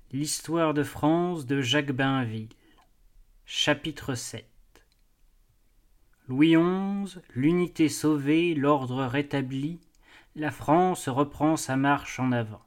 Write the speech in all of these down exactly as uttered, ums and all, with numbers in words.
L'histoire de France de Jacques Bainville. Chapitre sept. Louis onze, l'unité sauvée, l'ordre rétabli, la France reprend sa marche en avant.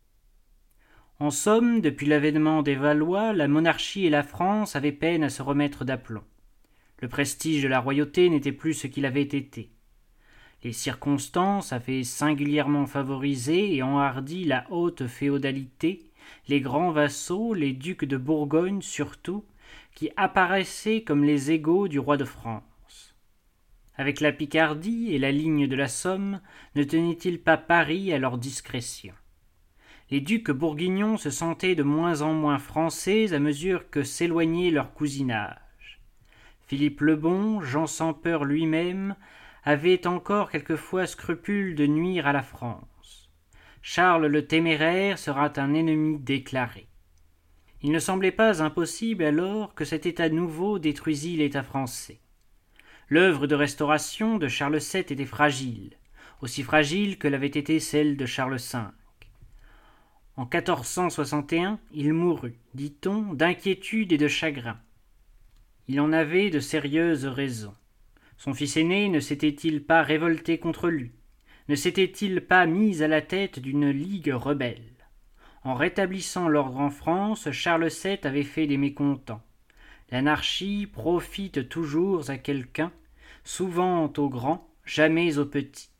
En somme, depuis l'avènement des Valois, la monarchie et la France avaient peine à se remettre d'aplomb. Le prestige de la royauté n'était plus ce qu'il avait été. Les circonstances avaient singulièrement favorisé et enhardi la haute féodalité, les grands vassaux, les ducs de Bourgogne surtout, qui apparaissaient comme les égaux du roi de France. Avec la Picardie et la ligne de la Somme, ne tenaient-ils pas Paris à leur discrétion? Les ducs bourguignons se sentaient de moins en moins français à mesure que s'éloignait leur cousinage. Philippe le Bon, Jean sans peur lui-même, avait encore quelquefois scrupule de nuire à la France. Charles le Téméraire sera un ennemi déclaré. Il ne semblait pas impossible alors que cet État nouveau détruisît l'État français. L'œuvre de restauration de Charles sept était fragile, aussi fragile que l'avait été celle de Charles cinq. En quatorze cent soixante et un, il mourut, dit-on, d'inquiétude et de chagrin. Il en avait de sérieuses raisons. Son fils aîné ne s'était-il pas révolté contre lui? Ne s'était-il pas mis à la tête d'une ligue rebelle? En rétablissant l'ordre en France, Charles sept avait fait des mécontents. L'anarchie profite toujours à quelqu'un, souvent aux grands, jamais aux petits.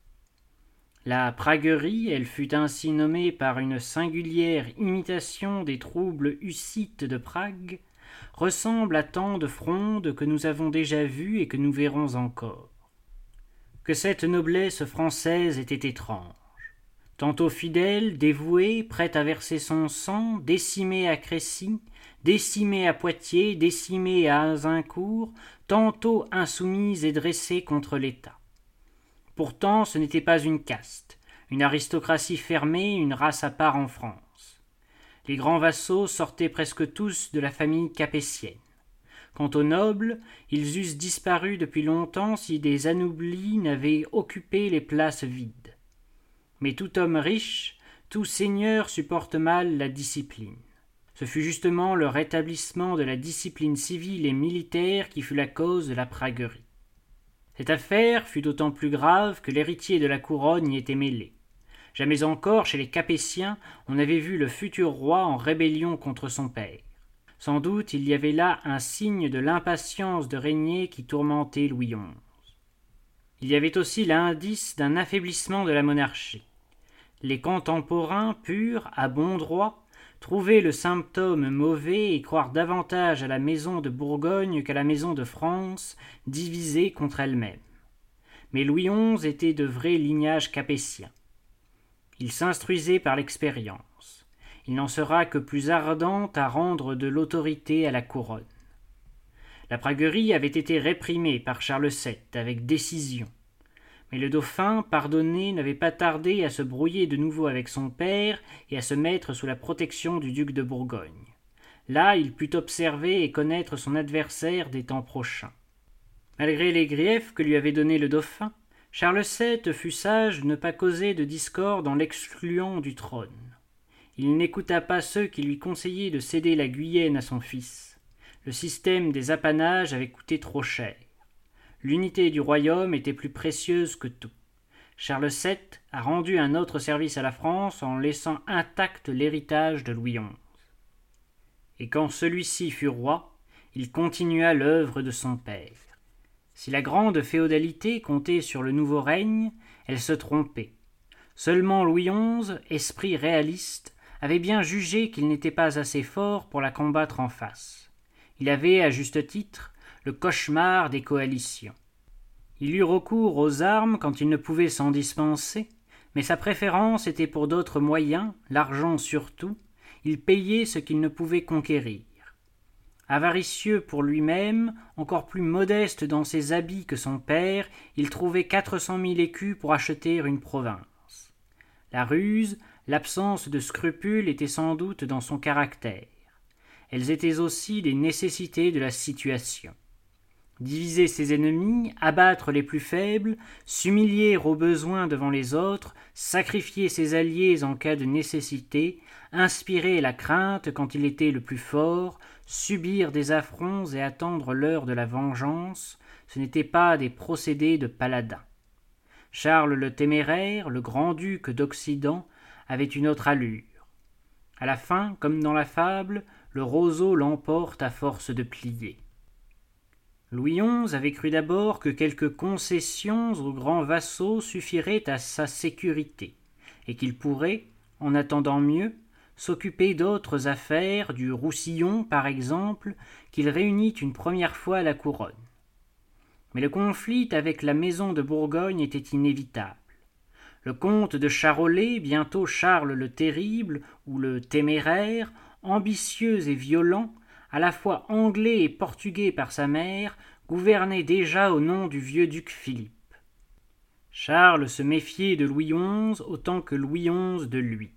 La praguerie, elle fut ainsi nommée par une singulière imitation des troubles hussites de Prague, ressemble à tant de frondes que nous avons déjà vues et que nous verrons encore. Que cette noblesse française était étrange. Tantôt fidèle, dévouée, prête à verser son sang, décimée à Crécy, décimée à Poitiers, décimée à Azincourt, tantôt insoumise et dressée contre l'État. Pourtant, ce n'était pas une caste, une aristocratie fermée, une race à part en France. Les grands vassaux sortaient presque tous de la famille capétienne. Quant aux nobles, ils eussent disparu depuis longtemps si des anoblis n'avaient occupé les places vides. Mais tout homme riche, tout seigneur supporte mal la discipline. Ce fut justement le rétablissement de la discipline civile et militaire qui fut la cause de la praguerie. Cette affaire fut d'autant plus grave que l'héritier de la couronne y était mêlé. Jamais encore, chez les Capétiens, on n'avait vu le futur roi en rébellion contre son père. Sans doute il y avait là un signe de l'impatience de régner qui tourmentait Louis onze. Il y avait aussi l'indice d'un affaiblissement de la monarchie. Les contemporains purs, à bon droit, trouvaient le symptôme mauvais et croire davantage à la maison de Bourgogne qu'à la maison de France, divisée contre elle-même. Mais Louis onze était de vrai lignage capétien. Il s'instruisait par l'expérience. Il n'en sera que plus ardent à rendre de l'autorité à la couronne. La praguerie avait été réprimée par Charles sept avec décision. Mais le dauphin, pardonné, n'avait pas tardé à se brouiller de nouveau avec son père et à se mettre sous la protection du duc de Bourgogne. Là, il put observer et connaître son adversaire des temps prochains. Malgré les griefs que lui avait donnés le dauphin, Charles sept fut sage de ne pas causer de discorde en l'excluant du trône. Il n'écouta pas ceux qui lui conseillaient de céder la Guyenne à son fils. Le système des apanages avait coûté trop cher. L'unité du royaume était plus précieuse que tout. Charles sept a rendu un autre service à la France en laissant intact l'héritage de Louis onze. Et quand celui-ci fut roi, il continua l'œuvre de son père. Si la grande féodalité comptait sur le nouveau règne, elle se trompait. Seulement Louis onze, esprit réaliste, avait bien jugé qu'il n'était pas assez fort pour la combattre en face. Il avait, à juste titre, le cauchemar des coalitions. Il eut recours aux armes quand il ne pouvait s'en dispenser, mais sa préférence était pour d'autres moyens, l'argent surtout. Il payait ce qu'il ne pouvait conquérir. Avaricieux pour lui-même, encore plus modeste dans ses habits que son père, il trouvait quatre cent mille écus pour acheter une province. La ruse, l'absence de scrupules étaient sans doute dans son caractère. Elles étaient aussi des nécessités de la situation. diviser ses ennemis, abattre les plus faibles, s'humilier au besoin devant les autres, sacrifier ses alliés en cas de nécessité, inspirer la crainte quand il était le plus fort, subir des affronts et attendre l'heure de la vengeance, ce n'étaient pas des procédés de paladin. Charles le Téméraire, le grand-duc d'Occident, avait une autre allure. À la fin, comme dans la fable, le roseau l'emporte à force de plier. Louis onze avait cru d'abord que quelques concessions aux grands vassaux suffiraient à sa sécurité, et qu'il pourrait, en attendant mieux, s'occuper d'autres affaires, du Roussillon par exemple, qu'il réunit une première fois à la couronne. Mais le conflit avec la maison de Bourgogne était inévitable. Le comte de Charolais, bientôt Charles le Terrible ou le Téméraire, ambitieux et violent, à la fois anglais et portugais par sa mère, gouvernait déjà au nom du vieux duc Philippe. Charles se méfiait de Louis onze autant que Louis onze de lui.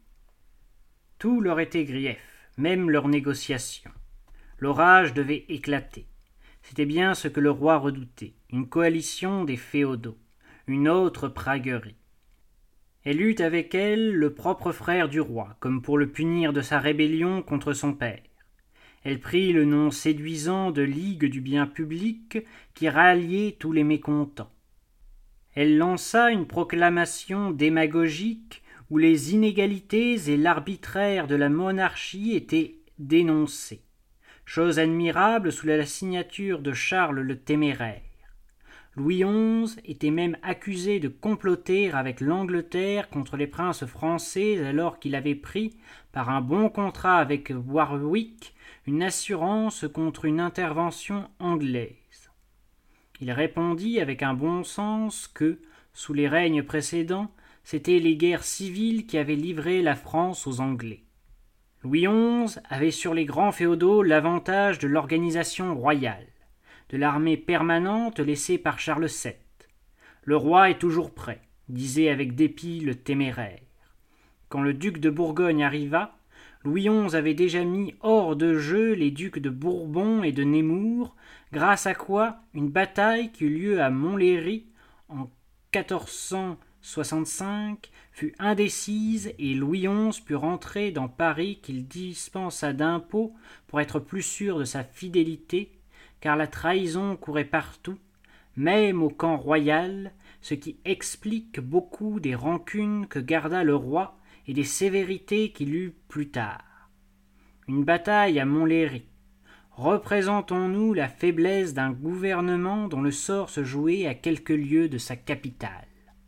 Tout leur était grief, même leurs négociations. L'orage devait éclater. C'était bien ce que le roi redoutait, une coalition des féodaux, une autre praguerie. Elle eut avec elle le propre frère du roi, comme pour le punir de sa rébellion contre son père. Elle prit le nom séduisant de Ligue du bien public qui ralliait tous les mécontents. Elle lança une proclamation démagogique où les inégalités et l'arbitraire de la monarchie étaient dénoncés, chose admirable sous la signature de Charles le Téméraire. Louis onze était même accusé de comploter avec l'Angleterre contre les princes français alors qu'il avait pris, par un bon contrat avec Warwick, une assurance contre une intervention anglaise. Il répondit avec un bon sens que, sous les règnes précédents, c'étaient les guerres civiles qui avaient livré la France aux Anglais. Louis onze avait sur les grands féodaux l'avantage de l'organisation royale, de l'armée permanente laissée par Charles sept. Le roi est toujours prêt, disait avec dépit le Téméraire. Quand le duc de Bourgogne arriva, Louis onze avait déjà mis hors de jeu les ducs de Bourbon et de Nemours, grâce à quoi une bataille qui eut lieu à Montlhéry en quatorze cent soixante-cinq fut indécise et Louis onze put rentrer dans Paris qu'il dispensa d'impôts pour être plus sûr de sa fidélité, car la trahison courait partout, même au camp royal, ce qui explique beaucoup des rancunes que garda le roi et des sévérités qu'il eut plus tard. Une bataille à Montlhéry. Représentons-nous la faiblesse d'un gouvernement dont le sort se jouait à quelques lieues de sa capitale.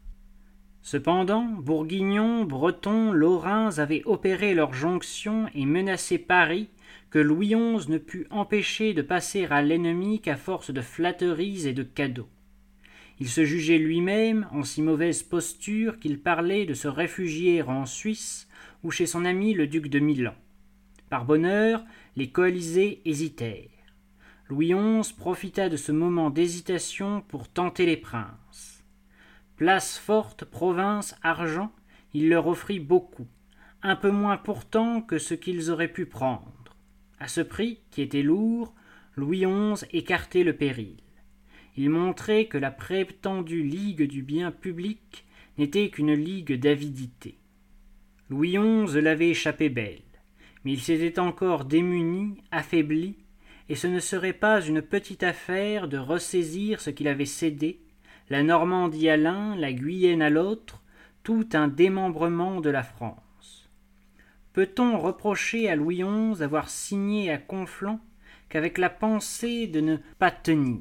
Cependant, Bourguignons, Bretons, Lorrains avaient opéré leur jonction et menacé Paris, que Louis onze ne put empêcher de passer à l'ennemi qu'à force de flatteries et de cadeaux. Il se jugeait lui-même en si mauvaise posture qu'il parlait de se réfugier en Suisse ou chez son ami le duc de Milan. Par bonheur, les coalisés hésitèrent. Louis onze profita de ce moment d'hésitation pour tenter les princes. Place forte, province, argent, il leur offrit beaucoup, un peu moins pourtant que ce qu'ils auraient pu prendre. À ce prix, qui était lourd, Louis onze écartait le péril. Il montrait que la prétendue ligue du bien public n'était qu'une ligue d'avidité. Louis onze l'avait échappé belle, mais il s'était encore démuni, affaibli, et ce ne serait pas une petite affaire de ressaisir ce qu'il avait cédé, la Normandie à l'un, la Guyenne à l'autre, tout un démembrement de la France. Peut-on reprocher à Louis onze d'avoir signé à Conflans qu'avec la pensée de ne pas tenir?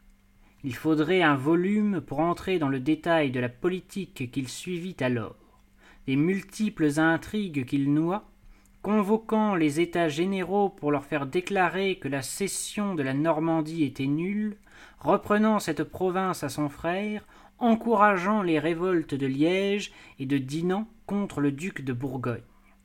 Il faudrait un volume pour entrer dans le détail de la politique qu'il suivit alors, des multiples intrigues qu'il noua, convoquant les États généraux pour leur faire déclarer que la cession de la Normandie était nulle, reprenant cette province à son frère, encourageant les révoltes de Liège et de Dinan contre le duc de Bourgogne.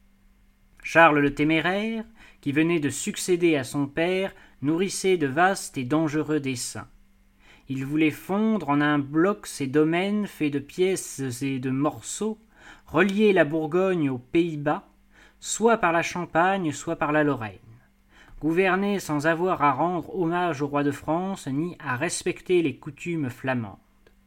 Charles le Téméraire, qui venait de succéder à son père, nourrissait de vastes et dangereux desseins. Il voulait fondre en un bloc ses domaines faits de pièces et de morceaux, relier la Bourgogne aux Pays-Bas, soit par la Champagne, soit par la Lorraine. gouverner sans avoir à rendre hommage au roi de France ni à respecter les coutumes flamandes.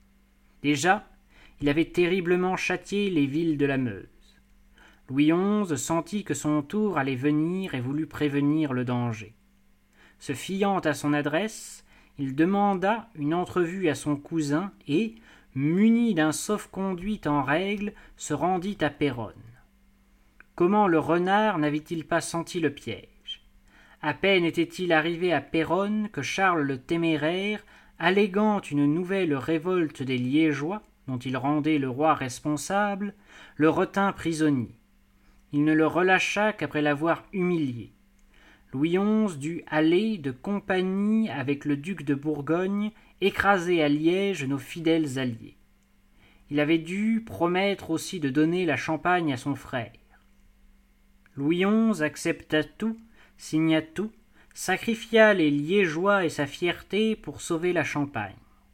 Déjà, il avait terriblement châtié les villes de la Meuse. Louis onze sentit que son tour allait venir et voulut prévenir le danger. Se fiant à son adresse, il demanda une entrevue à son cousin et, muni d'un sauf-conduit en règle, se rendit à Péronne. Comment le renard n'avait-il pas senti le piège? À peine était-il arrivé à Péronne que Charles le Téméraire, alléguant une nouvelle révolte des Liégeois, dont il rendait le roi responsable, le retint prisonnier. Il ne le relâcha qu'après l'avoir humilié. Louis onze dut aller de compagnie avec le duc de Bourgogne écraser à Liège nos fidèles alliés. Il avait dû promettre aussi de donner la Champagne à son frère. Louis onze accepta tout, signa tout, sacrifia les Liégeois et sa fierté pour sauver la Champagne.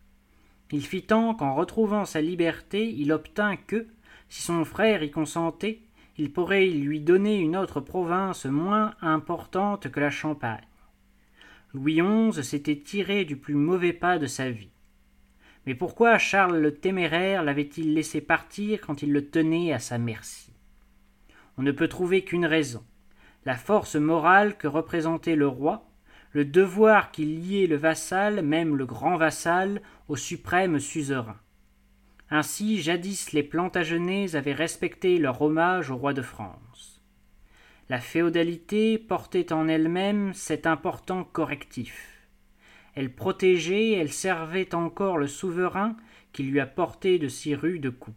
Il fit tant qu'en retrouvant sa liberté, il obtint que, si son frère y consentait, il pourrait lui donner une autre province moins importante que la Champagne. Louis onze s'était tiré du plus mauvais pas de sa vie. Mais pourquoi Charles le Téméraire l'avait-il laissé partir quand il le tenait à sa merci? On ne peut trouver qu'une raison, la force morale que représentait le roi, le devoir qui liait le vassal, même le grand vassal, au suprême suzerain. Ainsi, jadis les Plantagenets avaient respecté leur hommage au roi de France. La féodalité portait en elle-même cet important correctif. Elle protégeait, elle servait encore le souverain qui lui a porté de si rudes coups.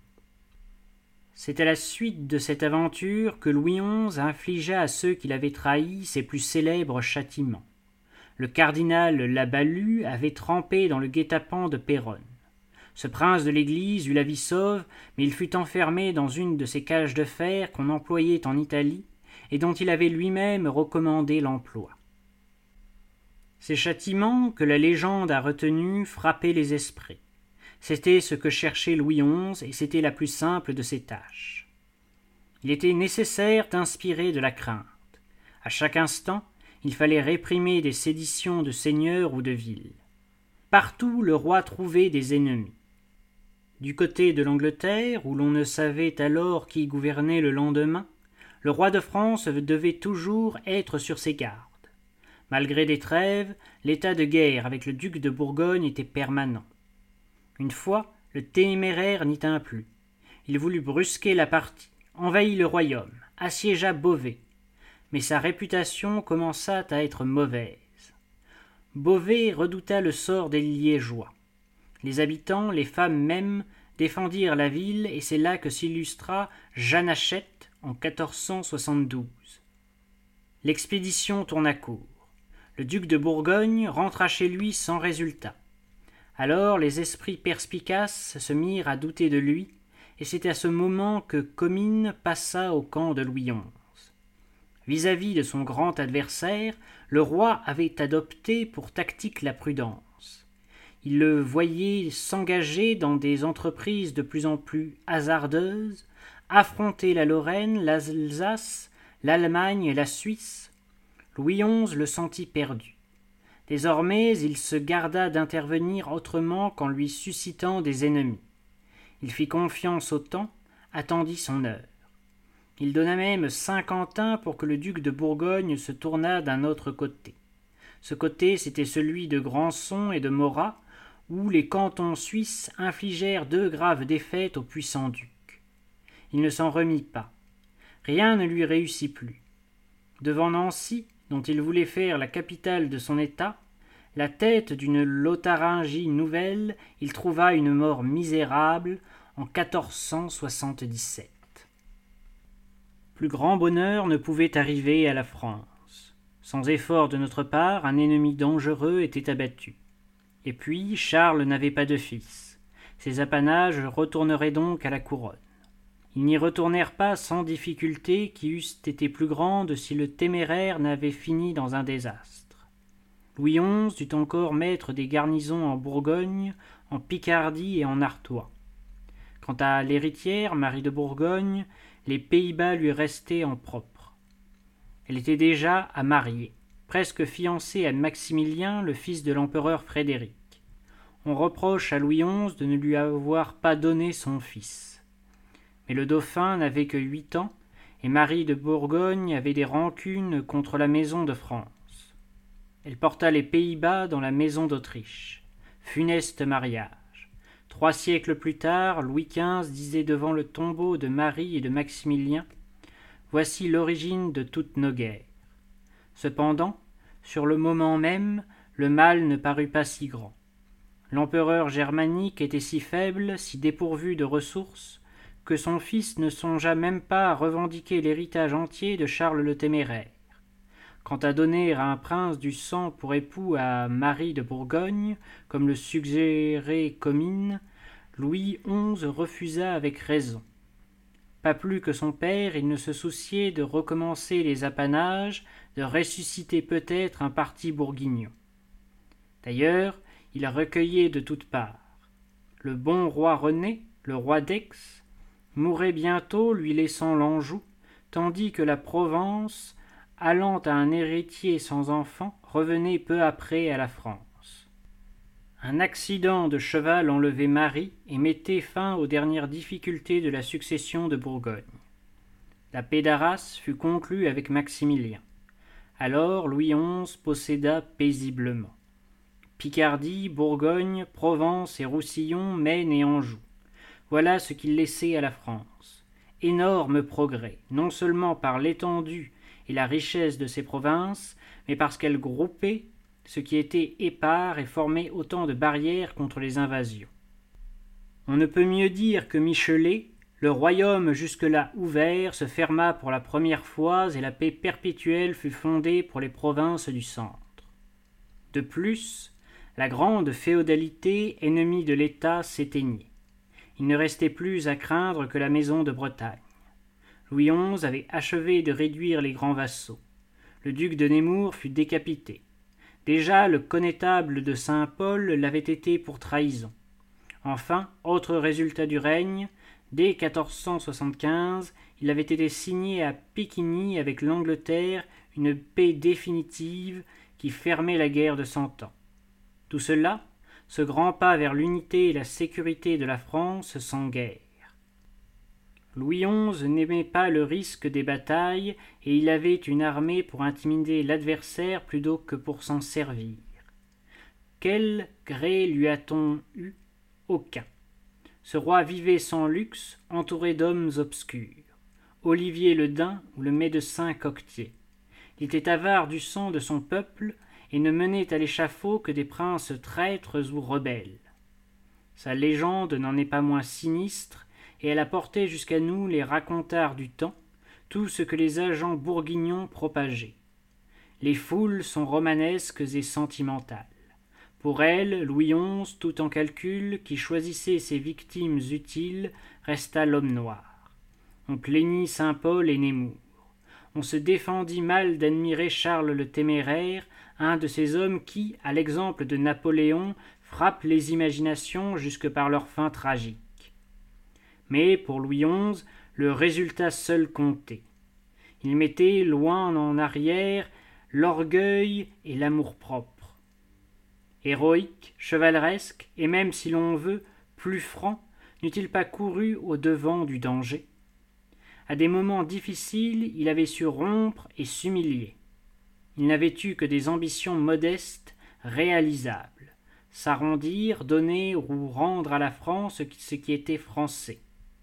C'est à la suite de cette aventure que Louis onze infligea à ceux qui l'avaient trahi ses plus célèbres châtiments. Le cardinal Labalue avait trempé dans le guet-apens de Péronne. Ce prince de l'Église eut la vie sauve, mais il fut enfermé dans une de ces cages de fer qu'on employait en Italie et dont il avait lui-même recommandé l'emploi. Ces châtiments que la légende a retenus frappaient les esprits. C'était ce que cherchait Louis onze et c'était la plus simple de ses tâches. Il était nécessaire d'inspirer de la crainte. À chaque instant, il fallait réprimer des séditions de seigneurs ou de villes. Partout, le roi trouvait des ennemis. Du côté de l'Angleterre, où l'on ne savait alors qui gouvernait le lendemain, le roi de France devait toujours être sur ses gardes. Malgré des trêves, l'état de guerre avec le duc de Bourgogne était permanent. Une fois, le Téméraire n'y tint plus. Il voulut brusquer la partie, envahit le royaume, assiégea Beauvais. Mais sa réputation commença à être mauvaise. Beauvais redouta le sort des Liégeois. Les habitants, les femmes même, défendirent la ville et c'est là que s'illustra Jeanne Hachette en quatorze cent soixante-douze. L'expédition tourna court. Le duc de Bourgogne rentra chez lui sans résultat. Alors les esprits perspicaces se mirent à douter de lui, et c'est à ce moment que Comines passa au camp de Louis onze. Vis-à-vis de son grand adversaire, le roi avait adopté pour tactique la prudence. Il le voyait s'engager dans des entreprises de plus en plus hasardeuses, affronter la Lorraine, l'Alsace, l'Allemagne et la Suisse. Louis onze le sentit perdu. Désormais, il se garda d'intervenir autrement qu'en lui suscitant des ennemis. Il fit confiance au temps, attendit son heure. Il donna même Saint-Quentin pour que le duc de Bourgogne se tournât d'un autre côté. Ce côté, c'était celui de Grandson et de Morat, où les cantons suisses infligèrent deux graves défaites au puissant duc. Il ne s'en remit pas. Rien ne lui réussit plus. Devant Nancy, dont il voulait faire la capitale de son État, la tête d'une Lotharingie nouvelle, il trouva une mort misérable en quatorze cent soixante-dix-sept. Plus grand bonheur ne pouvait arriver à la France. Sans effort de notre part, un ennemi dangereux était abattu. Et puis, Charles n'avait pas de fils. Ses apanages retourneraient donc à la couronne. Ils n'y retournèrent pas sans difficultés qui eussent été plus grandes si le Téméraire n'avait fini dans un désastre. Louis onze dut encore mettre des garnisons en Bourgogne, en Picardie et en Artois. Quant à l'héritière, Marie de Bourgogne, les Pays-Bas lui restaient en propre. Elle était déjà à marier. presque fiancé à Maximilien, le fils de l'empereur Frédéric. On reproche à Louis onze de ne lui avoir pas donné son fils. Mais le dauphin n'avait que huit ans, et Marie de Bourgogne avait des rancunes contre la maison de France. Elle porta les Pays-Bas dans la maison d'Autriche. Funeste mariage. Trois siècles plus tard, Louis quinze disait devant le tombeau de Marie et de Maximilien « Voici l'origine de toutes nos guerres. » Cependant, sur le moment même, le mal ne parut pas si grand. L'empereur germanique était si faible, si dépourvu de ressources, que son fils ne songea même pas à revendiquer l'héritage entier de Charles le Téméraire. Quant à donner à un prince du sang pour époux à Marie de Bourgogne, comme le suggérait Comines, Louis onze refusa avec raison. Pas plus que son père, il ne se souciait de recommencer les apanages, de ressusciter peut-être un parti bourguignon. D'ailleurs, il recueillait de toutes parts. Le bon roi René, le roi d'Aix, mourait bientôt, lui laissant l'Anjou, tandis que la Provence, allant à un héritier sans enfant, revenait peu après à la France. Un accident de cheval enlevait Marie et mettait fin aux dernières difficultés de la succession de Bourgogne. La paix d'Arras fut conclue avec Maximilien. Alors Louis onze posséda paisiblement Picardie, Bourgogne, Provence et Roussillon, Maine et Anjou. Voilà ce qu'il laissait à la France. Énorme progrès, non seulement par l'étendue et la richesse de ces provinces, mais parce qu'elles groupaient ce qui était épars et formaient autant de barrières contre les invasions. On ne peut mieux dire que Michelet, le royaume jusque-là ouvert se ferma pour la première fois et la paix perpétuelle fut fondée pour les provinces du centre. De plus, la grande féodalité, ennemie de l'État, s'éteignait. Il ne restait plus à craindre que la maison de Bretagne. Louis onze avait achevé de réduire les grands vassaux. Le duc de Nemours fut décapité. Déjà le connétable de Saint-Paul l'avait été pour trahison. Enfin, autre résultat du règne, dès quatorze cent soixante-quinze, il avait été signé à Picquigny avec l'Angleterre une paix définitive qui fermait la guerre de Cent Ans. Tout cela, ce grand pas vers l'unité et la sécurité de la France sans guerre. Louis onze n'aimait pas le risque des batailles et il avait une armée pour intimider l'adversaire plutôt que pour s'en servir. Quel gré lui a-t-on eu? Aucun. Ce roi vivait sans luxe, entouré d'hommes obscurs. Olivier le Daim ou le médecin Coquetier. Il était avare du sang de son peuple et ne menait à l'échafaud que des princes traîtres ou rebelles. Sa légende n'en est pas moins sinistre, et elle a porté jusqu'à nous les racontars du temps, tout ce que les agents bourguignons propageaient. Les foules sont romanesques et sentimentales. Pour elle, Louis onze, tout en calcul, qui choisissait ses victimes utiles, resta l'homme noir. On plaignit Saint-Paul et Nemours. On se défendit mal d'admirer Charles le Téméraire, un de ces hommes qui, à l'exemple de Napoléon, frappent les imaginations jusque par leur fin tragique. Mais pour Louis onze, le résultat seul comptait. Il mettait loin en arrière l'orgueil et l'amour-propre. Héroïque, chevaleresque, et même, si l'on veut, plus franc, n'eût-il pas couru au-devant du danger? À des moments difficiles, il avait su rompre et s'humilier. Il n'avait eu que des ambitions modestes, réalisables, s'arrondir, donner ou rendre à la France ce qui était français.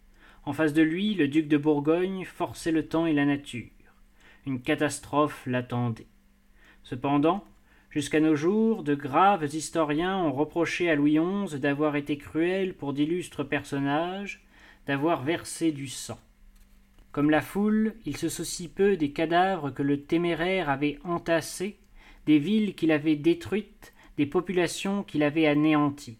En face de lui, le duc de Bourgogne forçait le temps et la nature. Une catastrophe l'attendait. Cependant, jusqu'à nos jours, de graves historiens ont reproché à Louis onze d'avoir été cruel pour d'illustres personnages, d'avoir versé du sang. Comme la foule, il se soucie peu des cadavres que le Téméraire avait entassés, des villes qu'il avait détruites, des populations qu'il avait anéanties.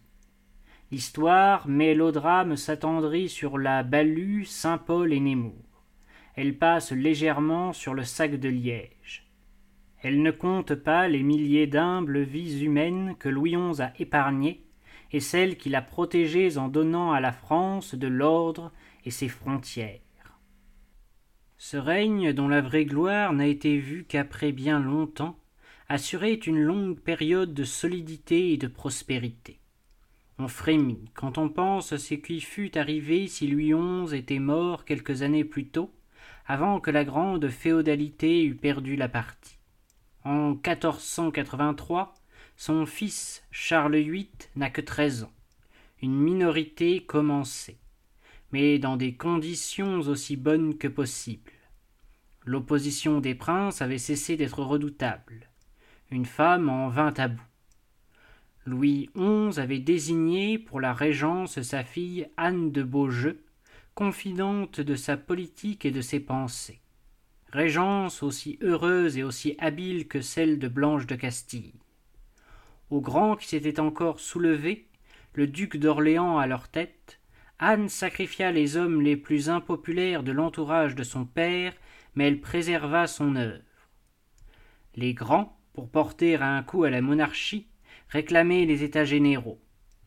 L'histoire, mélodrame, s'attendrit sur la Balue, Saint-Paul et Nemours. Elle passe légèrement sur le sac de Liège. Elle ne compte pas les milliers d'humbles vies humaines que Louis onze a épargnées et celles qu'il a protégées en donnant à la France de l'ordre et ses frontières. Ce règne, dont la vraie gloire n'a été vue qu'après bien longtemps, assurait une longue période de solidité et de prospérité. On frémit quand on pense à ce qui fût arrivé si Louis onze était mort quelques années plus tôt, avant que la grande féodalité eût perdu la partie. En quatorze cent quatre-vingt-trois, son fils Charles huit n'a que treize ans. Une minorité commençait, mais dans des conditions aussi bonnes que possible. L'opposition des princes avait cessé d'être redoutable. Une femme en vint à bout. Louis onze avait désigné pour la régence sa fille Anne de Beaujeu, confidente de sa politique et de ses pensées. Régence aussi heureuse et aussi habile que celle de Blanche de Castille. Au grand qui s'était encore soulevé, le duc d'Orléans à leur tête, Anne sacrifia les hommes les plus impopulaires de l'entourage de son père, mais elle préserva son œuvre. Les grands, pour porter un coup à la monarchie, réclamaient les états généraux.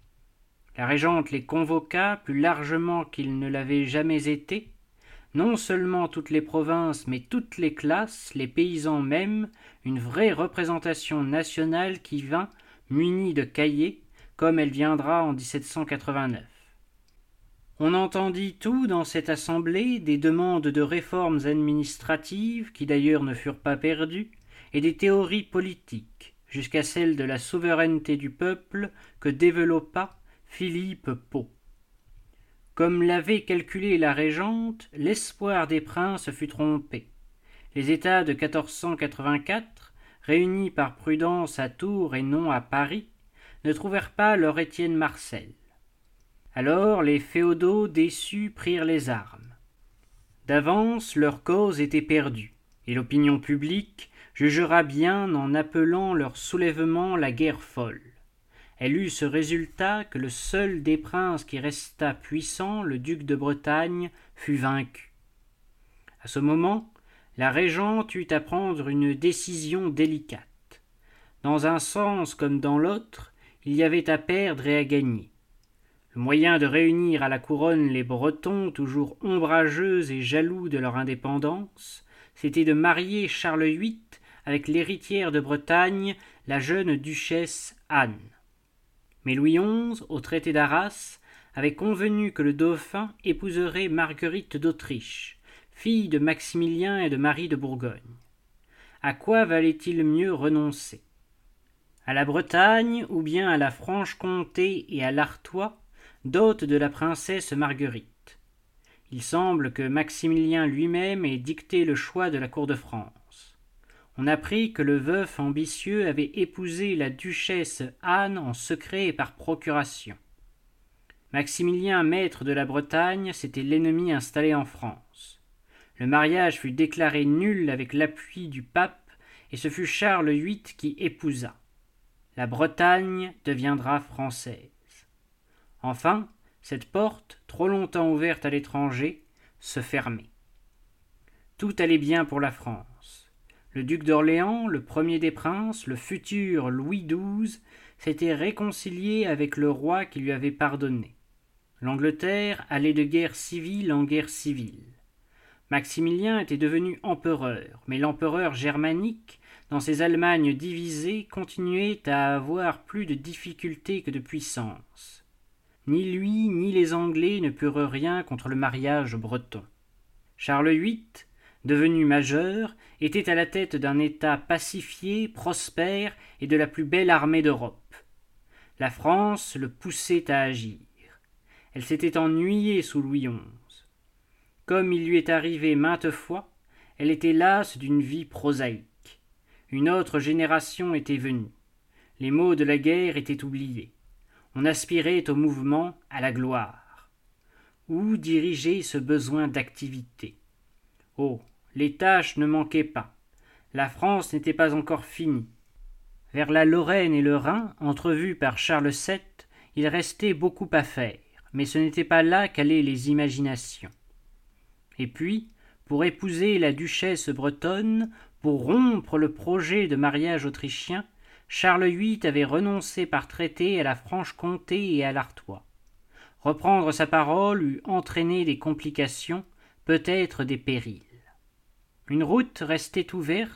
La régente les convoqua plus largement qu'ils ne l'avaient jamais été, non seulement toutes les provinces, mais toutes les classes, les paysans même, une vraie représentation nationale qui vint, munie de cahiers, comme elle viendra en dix-sept cent quatre-vingt-neuf. On entendit tout dans cette assemblée, des demandes de réformes administratives, qui d'ailleurs ne furent pas perdues, et des théories politiques, jusqu'à celle de la souveraineté du peuple que développa Philippe Pau. Comme l'avait calculé la régente, l'espoir des princes fut trompé. Les États de quatorze cent quatre-vingt-quatre, réunis par prudence à Tours et non à Paris, ne trouvèrent pas leur Étienne Marcel. Alors les féodaux déçus prirent les armes. D'avance leur cause était perdue, et l'opinion publique jugera bien en appelant leur soulèvement la guerre folle. Elle eut ce résultat que le seul des princes qui resta puissant, le duc de Bretagne, fut vaincu. À ce moment, la régente eut à prendre une décision délicate. Dans un sens comme dans l'autre, il y avait à perdre et à gagner. Le moyen de réunir à la couronne les Bretons, toujours ombrageux et jaloux de leur indépendance, c'était de marier Charles huit avec l'héritière de Bretagne, la jeune duchesse Anne. Mais Louis onze, au traité d'Arras, avait convenu que le dauphin épouserait Marguerite d'Autriche, fille de Maximilien et de Marie de Bourgogne. À quoi valait-il mieux renoncer? À la Bretagne ou bien à la Franche-Comté et à l'Artois, dot de la princesse Marguerite? Il semble que Maximilien lui-même ait dicté le choix de la cour de France. On apprit que le veuf ambitieux avait épousé la duchesse Anne en secret et par procuration. Maximilien, maître de la Bretagne, c'était l'ennemi installé en France. Le mariage fut déclaré nul avec l'appui du pape, et ce fut Charles huit qui épousa. La Bretagne deviendra française. Enfin, cette porte, trop longtemps ouverte à l'étranger, se fermait. Tout allait bien pour la France. Le duc d'Orléans, le premier des princes, le futur Louis douze, s'était réconcilié avec le roi qui lui avait pardonné. L'Angleterre allait de guerre civile en guerre civile. Maximilien était devenu empereur, mais l'empereur germanique, dans ses Allemagnes divisées, continuait à avoir plus de difficultés que de puissance. Ni lui ni les Anglais ne purent rien contre le mariage breton. Charles huit, devenu majeur, était à la tête d'un État pacifié, prospère et de la plus belle armée d'Europe. La France le poussait à agir. Elle s'était ennuyée sous Louis onze. Comme il lui est arrivé maintes fois, elle était lasse d'une vie prosaïque. Une autre génération était venue. Les maux de la guerre étaient oubliés. On aspirait au mouvement, à la gloire. Où diriger ce besoin d'activité? Oh, les tâches ne manquaient pas. La France n'était pas encore finie. Vers la Lorraine et le Rhin, entrevus par Charles sept, il restait beaucoup à faire, mais ce n'était pas là qu'allaient les imaginations. Et puis, pour épouser la duchesse bretonne, pour rompre le projet de mariage autrichien, Charles huit avait renoncé par traité à la Franche-Comté et à l'Artois. Reprendre sa parole eût entraîné des complications, peut-être des périls. Une route restait ouverte,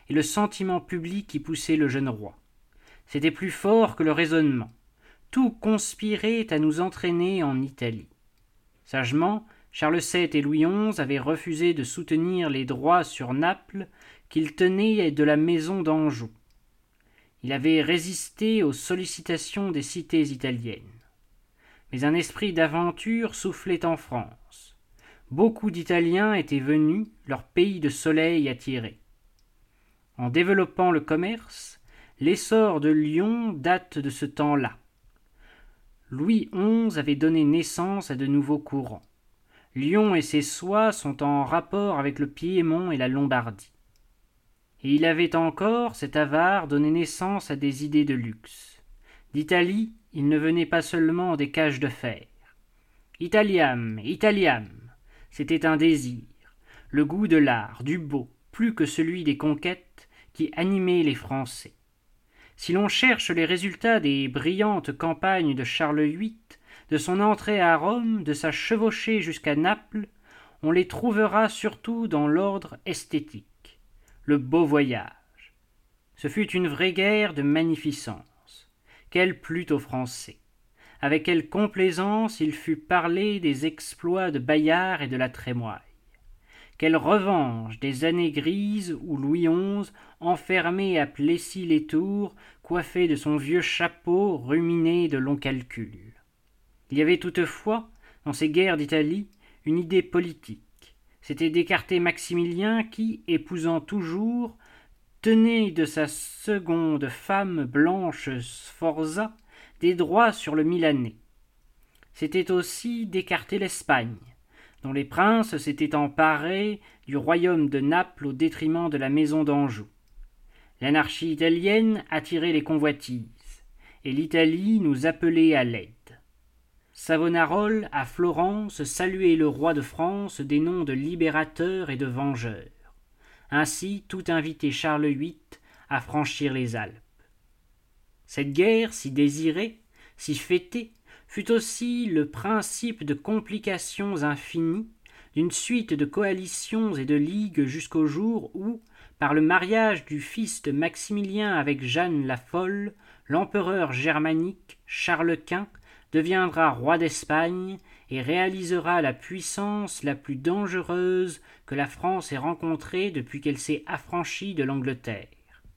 et le sentiment public qui poussait le jeune roi. C'était plus fort que le raisonnement. Tout conspirait à nous entraîner en Italie. Sagement, Charles sept et Louis onze avaient refusé de soutenir les droits sur Naples qu'ils tenaient de la maison d'Anjou. Il avait résisté aux sollicitations des cités italiennes. Mais un esprit d'aventure soufflait en France. Beaucoup d'Italiens étaient venus, leur pays de soleil attirer. En développant le commerce, l'essor de Lyon date de ce temps-là. Louis onze avait donné naissance à de nouveaux courants. Lyon et ses soies sont en rapport avec le Piémont et la Lombardie. Et il avait encore, cet avare, donné naissance à des idées de luxe. D'Italie, il ne venait pas seulement des cages de fer. Italiam, Italiam, c'était un désir, le goût de l'art, du beau, plus que celui des conquêtes, qui animait les Français. Si l'on cherche les résultats des brillantes campagnes de Charles huit, de son entrée à Rome, de sa chevauchée jusqu'à Naples, on les trouvera surtout dans l'ordre esthétique, le beau voyage. Ce fut une vraie guerre de magnificence. Quelle plut aux Français. Avec quelle complaisance il fut parlé des exploits de Bayard et de la Trémoille. Quelle revanche des années grises où Louis onze, enfermé à Plessis-les-Tours, coiffé de son vieux chapeau, ruminait de longs calculs. Il y avait toutefois, dans ces guerres d'Italie, une idée politique. C'était d'écarter Maximilien qui, épousant toujours, tenait de sa seconde femme Blanche Sforza des droits sur le Milanais. C'était aussi d'écarter l'Espagne, dont les princes s'étaient emparés du royaume de Naples au détriment de la maison d'Anjou. L'anarchie italienne attirait les convoitises, et l'Italie nous appelait à l'aide. Savonarole, à Florence, saluait le roi de France des noms de libérateur et de vengeur. Ainsi, tout invitait Charles huit à franchir les Alpes. Cette guerre, si désirée, si fêtée, fut aussi le principe de complications infinies, d'une suite de coalitions et de ligues jusqu'au jour où, par le mariage du fils de Maximilien avec Jeanne la Folle, l'empereur germanique, Charles Quint, deviendra roi d'Espagne et réalisera la puissance la plus dangereuse que la France ait rencontrée depuis qu'elle s'est affranchie de l'Angleterre.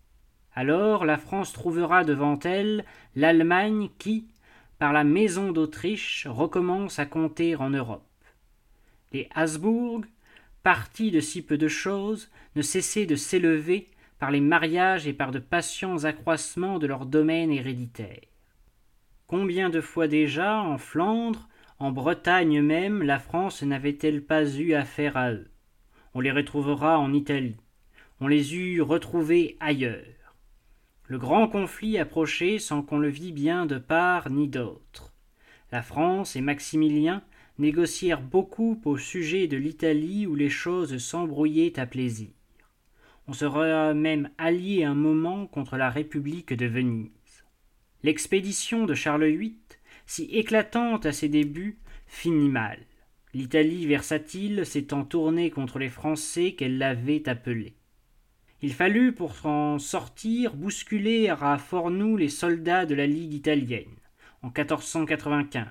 Alors la France trouvera devant elle l'Allemagne qui, par la maison d'Autriche, recommence à compter en Europe. Les Habsbourg, partis de si peu de choses, ne cessaient de s'élever par les mariages et par de patients accroissements de leur domaine héréditaire. Combien de fois déjà, en Flandre, en Bretagne même, la France n'avait-elle pas eu affaire à eux? On les retrouvera en Italie. On les eût retrouvés ailleurs. Le grand conflit approchait sans qu'on le vît bien de part ni d'autre. La France et Maximilien négocièrent beaucoup au sujet de l'Italie où les choses s'embrouillaient à plaisir. On sera même allié un moment contre la République de Venise. L'expédition de Charles huit, si éclatante à ses débuts, finit mal, l'Italie versatile s'étant tournée contre les Français qu'elle l'avait appelée. Il fallut pour en sortir bousculer à Fornoux les soldats de la Ligue italienne, en quatorze cent quatre-vingt-quinze.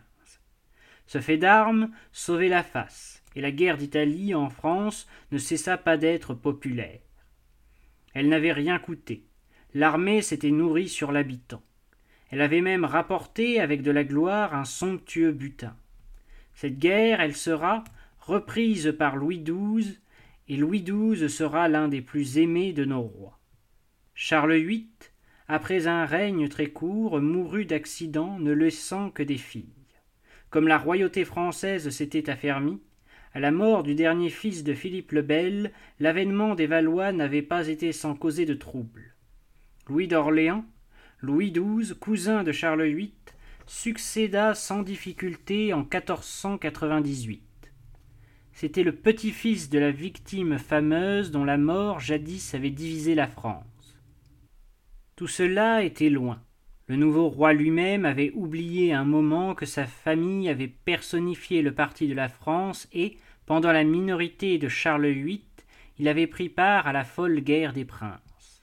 Ce fait d'armes sauvait la face, et la guerre d'Italie en France ne cessa pas d'être populaire. Elle n'avait rien coûté, l'armée s'était nourrie sur l'habitant. Elle avait même rapporté avec de la gloire un somptueux butin. Cette guerre, elle sera reprise par Louis douze, et Louis douze sera l'un des plus aimés de nos rois. Charles huit, après un règne très court, mourut d'accident, ne laissant que des filles. Comme la royauté française s'était affermie, à la mort du dernier fils de Philippe le Bel, l'avènement des Valois n'avait pas été sans causer de troubles. Louis d'Orléans, Louis douze, cousin de Charles huit, succéda sans difficulté en quatorze cent quatre-vingt-dix-huit. C'était le petit-fils de la victime fameuse dont la mort jadis avait divisé la France. Tout cela était loin. Le nouveau roi lui-même avait oublié un moment que sa famille avait personnifié le parti de la France et, pendant la minorité de Charles huit, il avait pris part à la folle guerre des princes.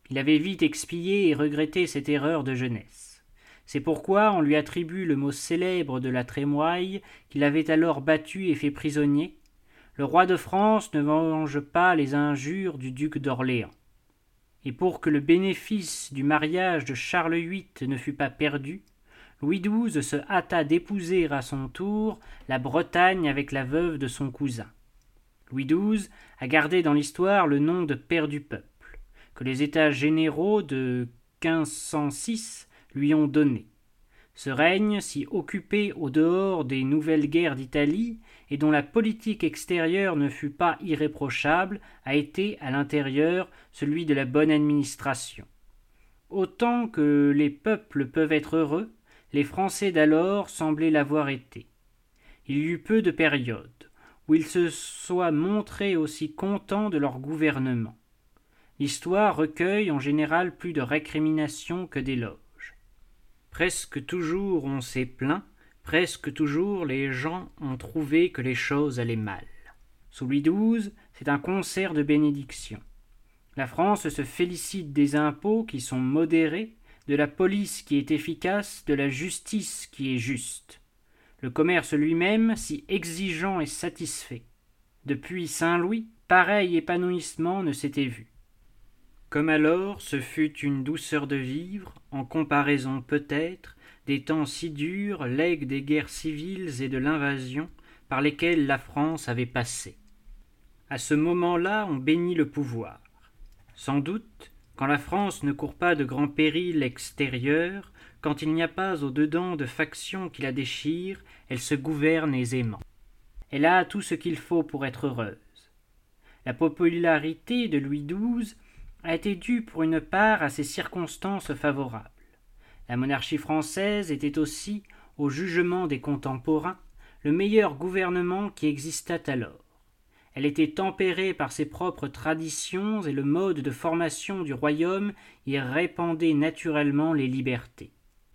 Il avait vite expié et regretté cette erreur de jeunesse. C'est pourquoi on lui attribue le mot célèbre de la Trémoille qu'il avait alors battu et fait prisonnier. Le roi de France ne venge pas les injures du duc d'Orléans. Et pour que le bénéfice du mariage de Charles huit ne fût pas perdu, Louis douze se hâta d'épouser à son tour la Bretagne avec la veuve de son cousin. Louis douze a gardé dans l'histoire le nom de père du peuple, que les États généraux de quinze cent six lui ont donné. Ce règne, si occupé au dehors des nouvelles guerres d'Italie, et dont la politique extérieure ne fut pas irréprochable, a été, à l'intérieur, celui de la bonne administration. Autant que les peuples peuvent être heureux, les Français d'alors semblaient l'avoir été. Il y eut peu de périodes où ils se soient montrés aussi contents de leur gouvernement. L'histoire recueille en général plus de récriminations que d'éloges. Presque toujours on s'est plaint, presque toujours les gens ont trouvé que les choses allaient mal. Sous Louis douze, c'est un concert de bénédictions. La France se félicite des impôts qui sont modérés, de la police qui est efficace, de la justice qui est juste. Le commerce lui-même, si exigeant et satisfait. Depuis Saint-Louis, pareil épanouissement ne s'était vu. Comme alors, ce fut une douceur de vivre, en comparaison peut-être, des temps si durs, legs des guerres civiles et de l'invasion, par lesquelles la France avait passé. À ce moment-là, on bénit le pouvoir. Sans doute, quand la France ne court pas de grands périls extérieurs, quand il n'y a pas au-dedans de factions qui la déchirent, elle se gouverne aisément. Elle a tout ce qu'il faut pour être heureuse. La popularité de Louis douze a été due pour une part à ces circonstances favorables. La monarchie française était aussi, au jugement des contemporains, le meilleur gouvernement qui existât alors. Elle était tempérée par ses propres traditions et le mode de formation du royaume y répandait naturellement les libertés.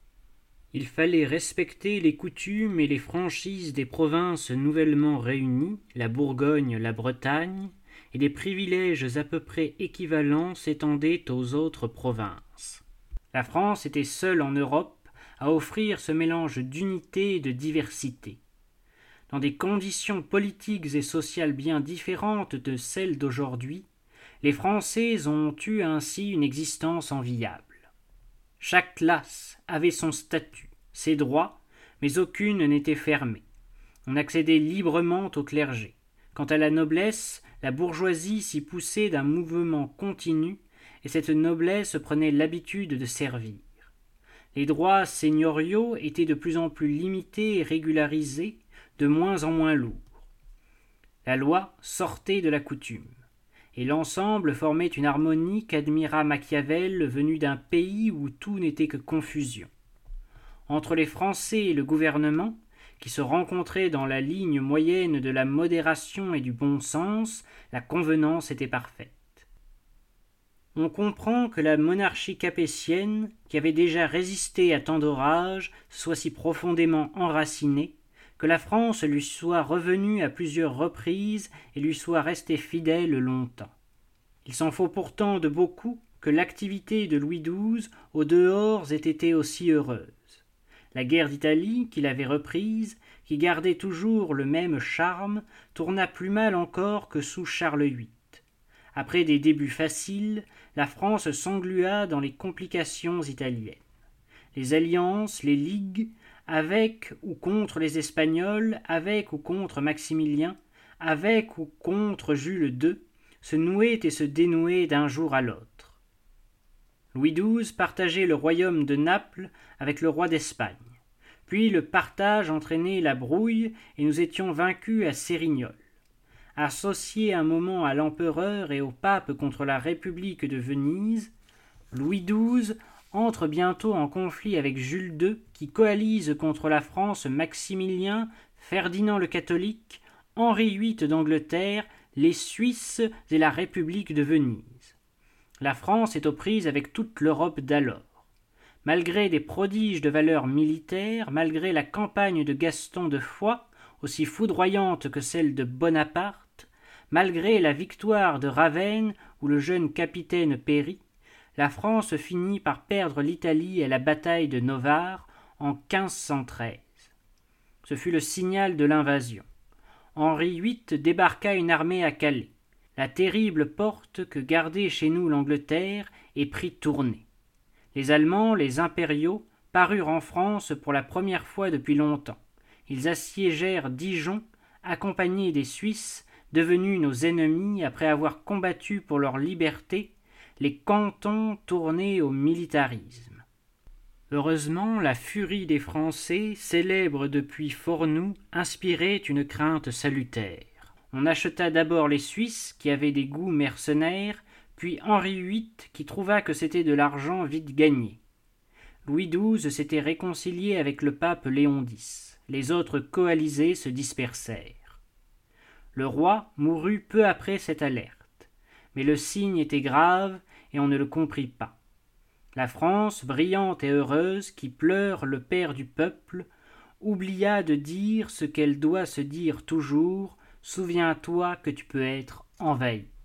Il fallait respecter les coutumes et les franchises des provinces nouvellement réunies, la Bourgogne, la Bretagne, et des privilèges à peu près équivalents s'étendaient aux autres provinces. La France était seule en Europe à offrir ce mélange d'unité et de diversité. Dans des conditions politiques et sociales bien différentes de celles d'aujourd'hui, les Français ont eu ainsi une existence enviable. Chaque classe avait son statut, ses droits, mais aucune n'était fermée. On accédait librement au clergé. Quant à la noblesse, la bourgeoisie s'y poussait d'un mouvement continu, et cette noblesse prenait l'habitude de servir. Les droits seigneuriaux étaient de plus en plus limités et régularisés, de moins en moins lourds. La loi sortait de la coutume, et l'ensemble formait une harmonie qu'admira Machiavel venu d'un pays où tout n'était que confusion. Entre les Français et le gouvernement, qui se rencontraient dans la ligne moyenne de la modération et du bon sens, la convenance était parfaite. On comprend que la monarchie capétienne, qui avait déjà résisté à tant d'orages, soit si profondément enracinée, que la France lui soit revenue à plusieurs reprises et lui soit restée fidèle longtemps. Il s'en faut pourtant de beaucoup que l'activité de Louis douze au dehors ait été aussi heureuse. La guerre d'Italie, qu'il avait reprise, qui gardait toujours le même charme, tourna plus mal encore que sous Charles huit. Après des débuts faciles, la France s'englua dans les complications italiennes. Les alliances, les ligues, avec ou contre les Espagnols, avec ou contre Maximilien, avec ou contre Jules deux, se nouaient et se dénouaient d'un jour à l'autre. Louis douze partageait le royaume de Naples avec le roi d'Espagne. Puis le partage entraînait la brouille et nous étions vaincus à Sérignol. Associé un moment à l'empereur et au pape contre la République de Venise, Louis douze entre bientôt en conflit avec Jules deux, qui coalise contre la France Maximilien, Ferdinand le catholique, Henri huit d'Angleterre, les Suisses et la République de Venise. La France est aux prises avec toute l'Europe d'alors. Malgré des prodiges de valeur militaire, malgré la campagne de Gaston de Foix, aussi foudroyante que celle de Bonaparte, malgré la victoire de Ravenne où le jeune capitaine périt, la France finit par perdre l'Italie à la bataille de Novare en quinze cent treize. Ce fut le signal de l'invasion. Henri huit débarqua une armée à Calais. La terrible porte que gardait chez nous l'Angleterre est pris tournée. Les Allemands, les impériaux, parurent en France pour la première fois depuis longtemps. Ils assiégèrent Dijon, accompagnés des Suisses, devenus nos ennemis après avoir combattu pour leur liberté, les cantons tournés au militarisme. Heureusement, la furie des Français, célèbre depuis Fornoux, inspirait une crainte salutaire. On acheta d'abord les Suisses, qui avaient des goûts mercenaires, puis Henri huit, qui trouva que c'était de l'argent vite gagné. Louis douze s'était réconcilié avec le pape Léon dix. Les autres coalisés se dispersèrent. Le roi mourut peu après cette alerte, mais le signe était grave et on ne le comprit pas. La France, brillante et heureuse, qui pleure le père du peuple, oublia de dire ce qu'elle doit se dire toujours: souviens-toi que tu peux être envahi.